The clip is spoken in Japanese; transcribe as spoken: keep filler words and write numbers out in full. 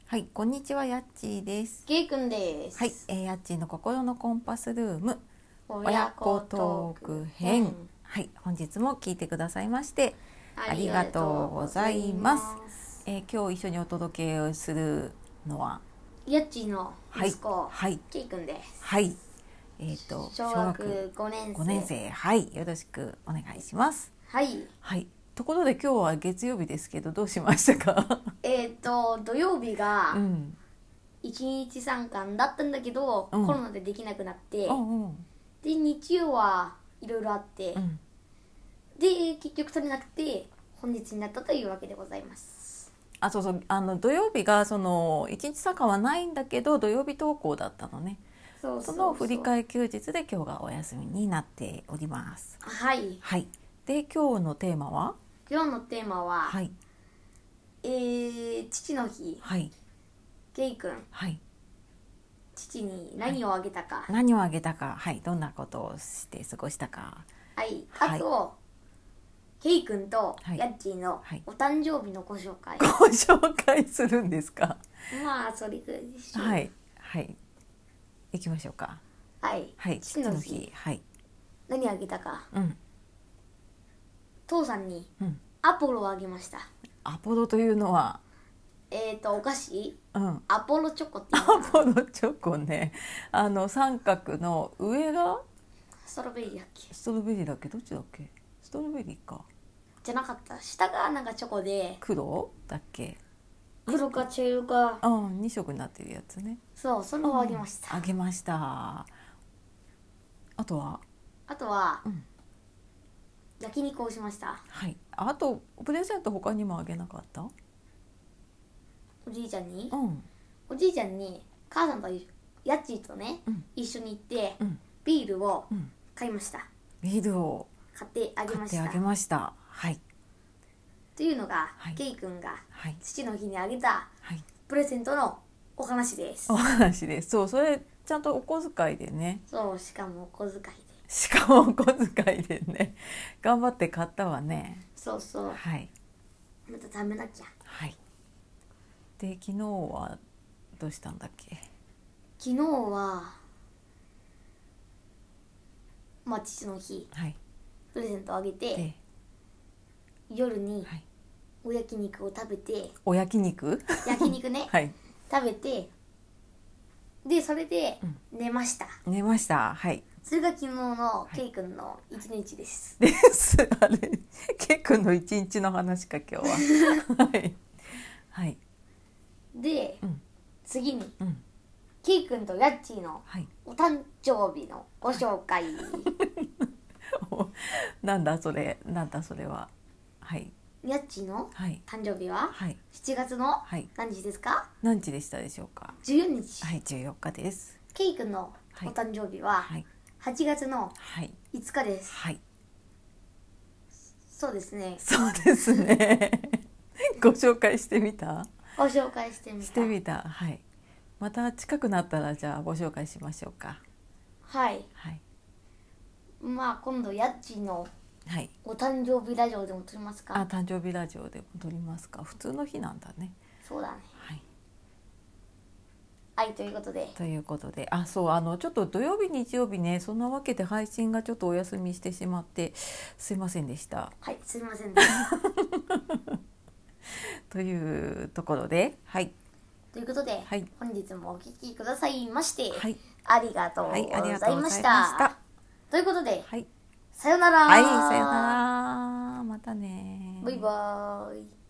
はい、こんにちは、やっちーです。 けいくんです。 はい、えー、やっちーの心のコンパスルーム親子トーク編。 はい、本日も聞いてくださいましてありがありがととうごうございざいま。 ますす。 えー、今日一緒にお届けをするのはやっちーの息子、 はい、 けいくんです。 はい、えっ、ー、と小学ごねん生。 ごねん生、はい、よろしくお願いします。 はい。 はい。ところで今日は月曜日ですけどどうしましたか？ えっ、ー、と土曜日がうんいちにち参観だったんだけど、 うん、 コロナでできなくなって、 うんうん、 で日曜はいろいろあって、 うん、 で結局取れなくて本日になったというわけでございます。 あ、そうそう、あの土曜日がその一日参観はないんだけど土曜日登校だったのね。 そうそうそう。 その振り替え休日で今日がお休みになっております。 はい。 はい。で今日のテーマは？ 今日のテーマは、 はい。 えー、父の日。 はい。 けいくん。 はい。 父に何をあげたか。 はい、何をあげたか、はい、どんなことをして過ごしたか。 はい。あと、はい、けいくんとやっちーのお誕生日のご紹介。 ご紹介するんですか？ まあそれぐらいでしょう。 はいはい行きましょうか。 はい。 はい、父の日、はい。 何あげたか。 うん。 父さんにアポロをあげました。 うん、アポロというのは？ えっ、ー、とお菓子、 うん、 アポロチョコっていうのかな。 アポロチョコね。あの三角の上がストロベリーだっけ？ ストロベリーだっけ？どっちだっけ？ストロベリーかじゃなかった。下がなんかチョコで黒だっけ？ 黒か茶色か、 うん、に色になってるやつね。 そう、それをあげました、 うん、あげました。あとはあとは、 うん、 焼肉をしました。 はい。あとプレゼント他にもあげなかった？ おじいちゃんに、 うん、 おじいちゃんに母さんとやっちーとね、うん、一緒に行って、うん、ビールを買いました、 うん、ビールを買ってあげました。 買ってあげました。はい。 というのが、 はい、 ケイ君が父の日にあげた、 はい、 プレゼントのお話です。 お話です。そう、それちゃんとお小遣いでね。 そう、しかもお小遣いで。 しかもお小遣いでね。頑張って買ったわね。 そうそう。 はい。 また食べなきゃ。 はい。で昨日はどうしたんだっけ？ 昨日はまあ父の日、はい、プレゼントあげて夜にお焼肉を食べて、 お焼肉？ 焼肉ね、はい、食べて、でそれで寝ました、 うん、寝ました。はい。 それが昨日のケイ君の一日です。 です。あれ、ケイ君の一日の話か今日は。はい。はい。 で、うん、次に、うん、ケイ君とヤッチーのお誕生日のご紹介。 はい、なんだそれ、なんだそれは。はい。 ヤッチーの誕生日はしちがつの何日ですか？はい、 何日でしたでしょうか？ じゅうよっか。 はい、じゅうよっかです。 ケイ君のお誕生日ははちがつのいつかです。 はい。 そうですね。 そうですね。ご紹介してみた？ ご紹介してみた。 してみた。はい。また近くなったらじゃあご紹介しましょうか。 はい。はい。まあ今度やっちのお誕生日ラジオでも撮りますか？ あ、誕生日ラジオでも撮りますか。普通の日なんだね。 そうだね。 はい。 はい、ということで。 ということで、あ、そう、あのちょっと土曜日日曜日ね、そんなわけで配信がちょっとお休みしてしまってすいませんでした。 はい、すいませんでした。 というところで、はい。 ということで、はい、本日もお聞きくださいまして、 はい、 ありがとうございました。はい、ありがとうございました。ということで、 はい、 さよなら。 はい、さよなら。またね。 バイバーイ。